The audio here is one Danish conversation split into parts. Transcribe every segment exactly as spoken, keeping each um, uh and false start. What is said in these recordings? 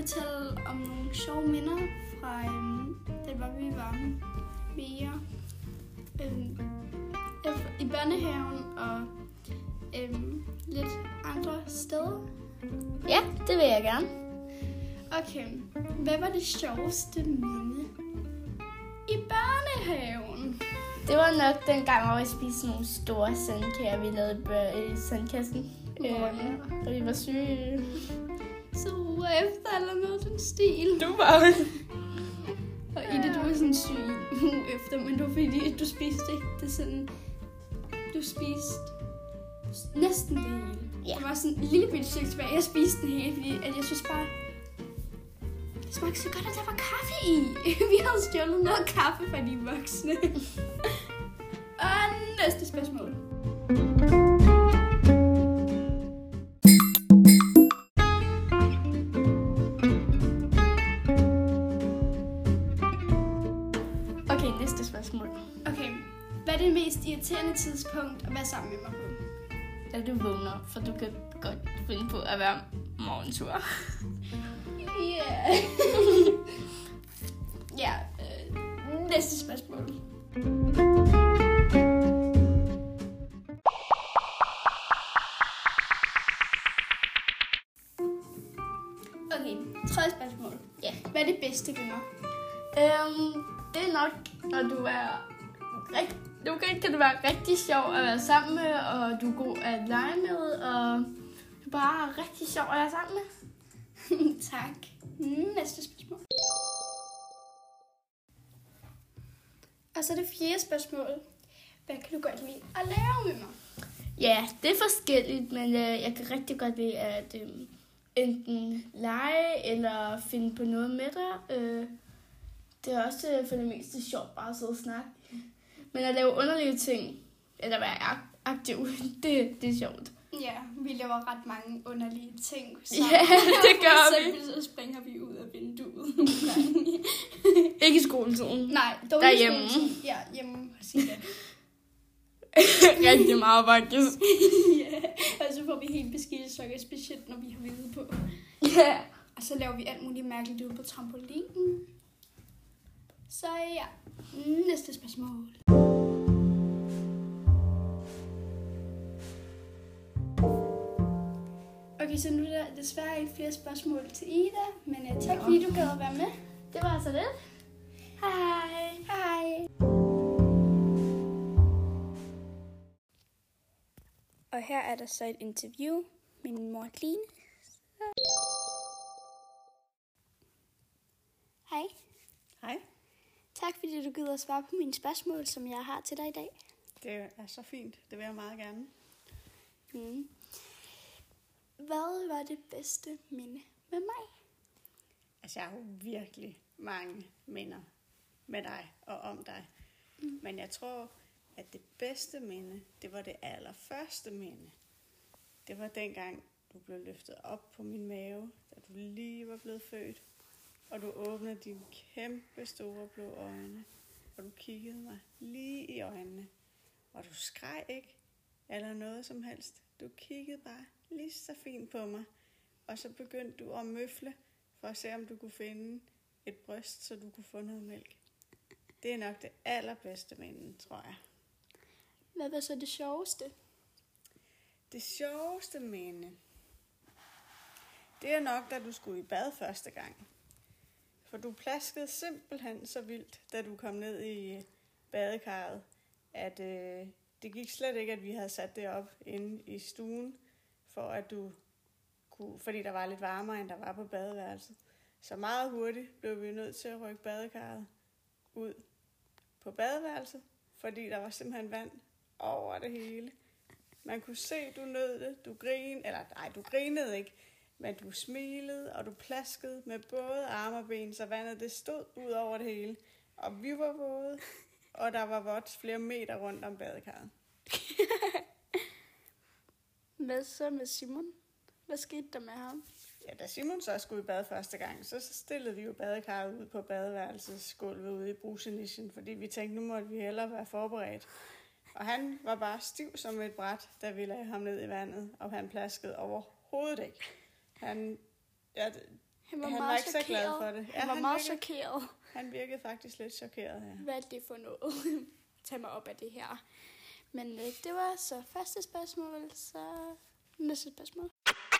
fortælle om nogle sjove minder fra, øhm, da var vi var mere øhm, i børnehaven og øhm, lidt andre steder. Ja, det vil jeg gerne. Okay, hvad var det sjoveste minde i børnehaven? Det var nok den gang, hvor vi spiste nogle store sandkager, vi lavede bør- i sandkassen. Wow. Øhm, og vi var syge. Så uger efter eller noget den stil. Du var Og Ida, du var sådan syg en uge efter, men det var fordi, du spiste ikke det sådan... Du spiste næsten det hele. Ja. Det var sådan en lille bitte stykke tilbage. Jeg spiste den hele, fordi at jeg synes bare... Det smagte så godt, at der var kaffe i. Vi havde stjålet noget kaffe fra de voksne. Og næste spørgsmål. Okay, næste spørgsmål. Okay, hvad er det mest irriterende tidspunkt at være sammen med mig på? Da du vågner, for du kan godt finde på at være morgentur. Yeah. Ja, øh, næste spørgsmål. Okay, tredje spørgsmål. Ja. Hvad er det bedste ved mig? Øhm, det er nok, når du er rigt, du kan, kan du være rigtig sjov at være sammen med, og du er god at lege med, og du er bare rigtig sjov at være sammen med. Tak. Næste spørgsmål. Og så det fjerde spørgsmål. Hvad kan du godt lide at lave med mig? Ja, det er forskelligt, men øh, jeg kan rigtig godt lide at øh, enten lege eller finde på noget med dig. Øh, det er også øh, for det meste sjovt bare at sidde og snakke. Men at lave underlige ting, eller være ak- aktiv, det, det er sjovt. Ja, vi laver ret mange underlige ting. Ja, det gør vi. For eksempel så springer vi ud af vinduet nogle gange. Ikke i skoletiden. Nej, dog Derhjemme. Ja, hjemme hos Ida. Rigtig meget faktisk. Ja, og så får vi helt beskidte sokker, specielt når vi har hvide på. Ja. Og så laver vi alt muligt mærkeligt ude på trampolinen. Så ja, næste spørgsmål. Okay, så nu er der desværre ikke flere spørgsmål til Ida, men uh, tak fordi du gad at være med. Det var så det. Hej. Hej. Og her er der så et interview med min mor Line. Hej. Hej. Tak fordi du gider at svare på mine spørgsmål, som jeg har til dig i dag. Det er så fint. Det vil jeg meget gerne. Mm. Hvad var det bedste minde med mig? Altså, jeg har jo virkelig mange minder med dig og om dig. Mm. Men jeg tror, at det bedste minde, det var det allerførste minde. Det var dengang, du blev løftet op på min mave, da du lige var blevet født. Og du åbnede dine kæmpe store blå øjne. Og du kiggede mig lige i øjnene. Og du skreg ikke, eller noget som helst. Du kiggede bare lige så fint på mig. Og så begyndte du at møfle, for at se, om du kunne finde et bryst, så du kunne få noget mælk. Det er nok det allerbedste minde, tror jeg. Hvad var så det sjoveste? Det sjoveste minde, det er nok, da du skulle i bad første gang. For du plaskede simpelthen så vildt, da du kom ned i badekarret, at øh, det gik slet ikke, at vi havde sat det op inde i stuen, for at du kunne, fordi der var lidt varmere, end der var på badeværelset. Så meget hurtigt blev vi nødt til at rykke badekarret ud på badeværelset, fordi der var simpelthen vand over det hele. Man kunne se, du nød det, du grinede, eller nej, du grinede ikke, men du smilede, og du plaskede med både arme og ben, så vandet det stod ud over det hele. Og vi var våde, og der var vådt flere meter rundt om badekarret. Hvad så med Simon? Hvad skete der med ham? Ja, da Simon så skulle i bad første gang, så stillede vi jo badekarret ud på badeværelsesgulvet ude i brusenischen, fordi vi tænkte, nu måtte vi hellere være forberedt. Og han var bare stiv som et bræt, da vi lagde ham ned i vandet, og han plaskede overhovedet ikke. Han, ja, Han var, han meget var ikke chokeret. så glad for det. Han var han meget virkede, chokeret. Han virkede faktisk lidt chokeret her. Hvad er det for noget? Tag mig op af det her. Men øh, det var så første spørgsmål, så næste spørgsmål.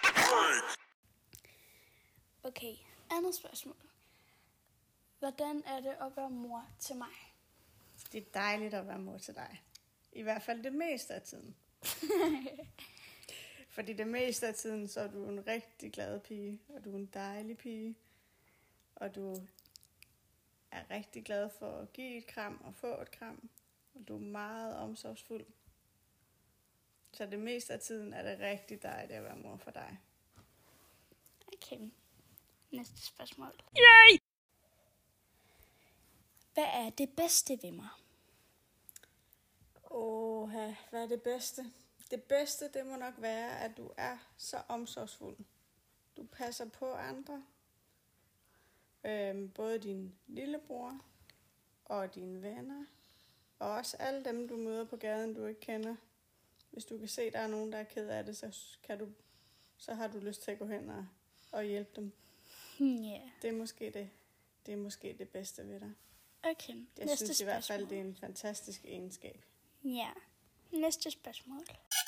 Okay, andet spørgsmål. Hvordan er det at være mor til mig? Det er dejligt at være mor til dig. I hvert fald det meste af tiden. Fordi det meste af tiden, så er du en rigtig glad pige, og du er en dejlig pige, og du er rigtig glad for at give et kram og få et kram, og du er meget omsorgsfuld. Så det meste af tiden er det rigtig dejligt at være mor for dig. Okay, næste spørgsmål. Yay! Hvad er det bedste ved mig? Åh, hvad er det bedste? Det bedste, det må nok være, at du er så omsorgsfuld. Du passer på andre. Øhm, både din lillebror og dine venner. Og også alle dem, du møder på gaden, du ikke kender. Hvis du kan se, at der er nogen, der er ked af det, så, kan du, så har du lyst til at gå hen og, og hjælpe dem. Yeah. Det er måske det, det, er måske det bedste ved dig. Okay, Jeg næste synes spørgsmål. i hvert fald, det er en fantastisk egenskab. Ja, næste spørgsmål.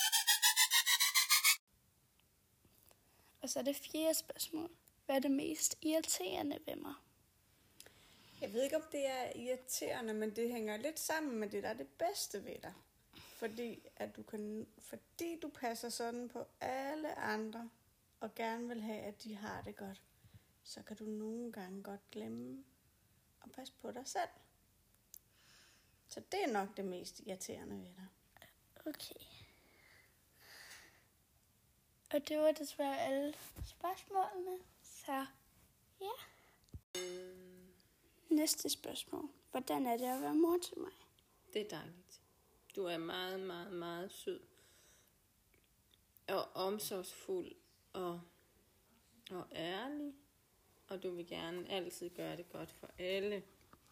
Og så er det fjerde spørgsmål. Hvad er det mest irriterende ved mig? Jeg ved ikke, om det er irriterende, men det hænger lidt sammen med det, der er det bedste ved dig. Fordi, at du kan, fordi du passer sådan på alle andre, og gerne vil have, at de har det godt, så kan du nogle gange godt glemme at passe på dig selv. Så det er nok det mest irriterende ved dig. Okay. Og det var desværre alle spørgsmålene, så ja. Næste spørgsmål. Hvordan er det at være mor til mig? Det er dejligt. Du er meget, meget, meget sød. Og omsorgsfuld og, og ærlig. Og du vil gerne altid gøre det godt for alle.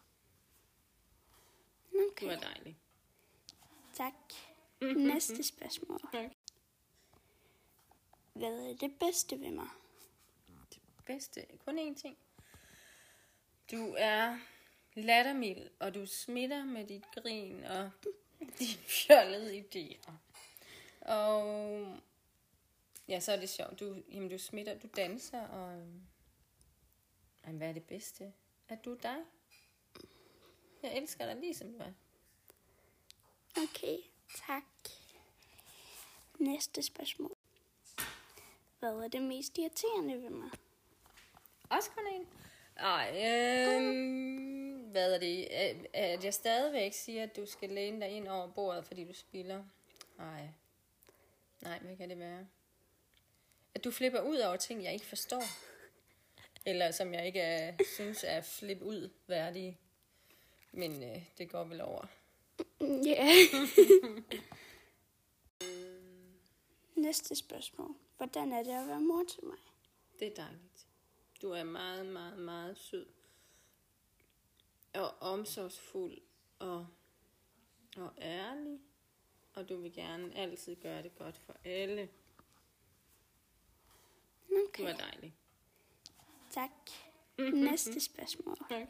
Okay. Du er dejlig. Tak. Næste spørgsmål. Okay. Hvad er det bedste ved mig? Det bedste. Kun én ting. Du er lattermild, og du smitter med dit grin og dine fjollede idéer. Og ja, så er det sjovt. Du, jamen, du smitter, du danser, og jamen, hvad er det bedste? At du er dig. Jeg elsker dig ligesom du er. Okay, tak. Næste spørgsmål. Hvad er det mest irriterende ved mig? Også kun en. Ej, øhm, hvad er det? At jeg stadigvæk siger, at du skal læne dig ind over bordet, fordi du spiller. Ej. Nej, hvad kan det være? At du flipper ud over ting, jeg ikke forstår. Eller som jeg ikke er, synes er flip ud værdige. Men øh, det går vel over. Ja. Næste spørgsmål. Hvordan er det at være mor til mig? Det er dejligt. Du er meget, meget, meget sød. Og omsorgsfuld og, og ærlig. Og du vil gerne altid gøre det godt for alle. Okay. Du er dejlig. Tak. Næste spørgsmål. Okay.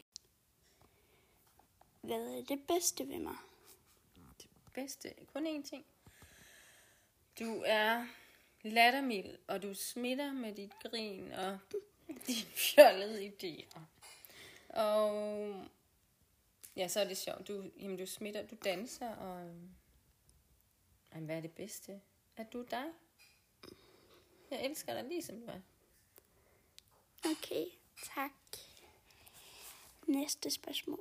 Hvad er det bedste ved mig? Det bedste. Kun én ting. Du er lattermild, og du smitter med dit grin og dine fjollede idéer. Og ja, så er det sjovt. Du, jamen, du smitter, du danser, og jamen, hvad er det bedste? At du er dig. Jeg elsker dig ligesom du er. Okay, tak. Næste spørgsmål.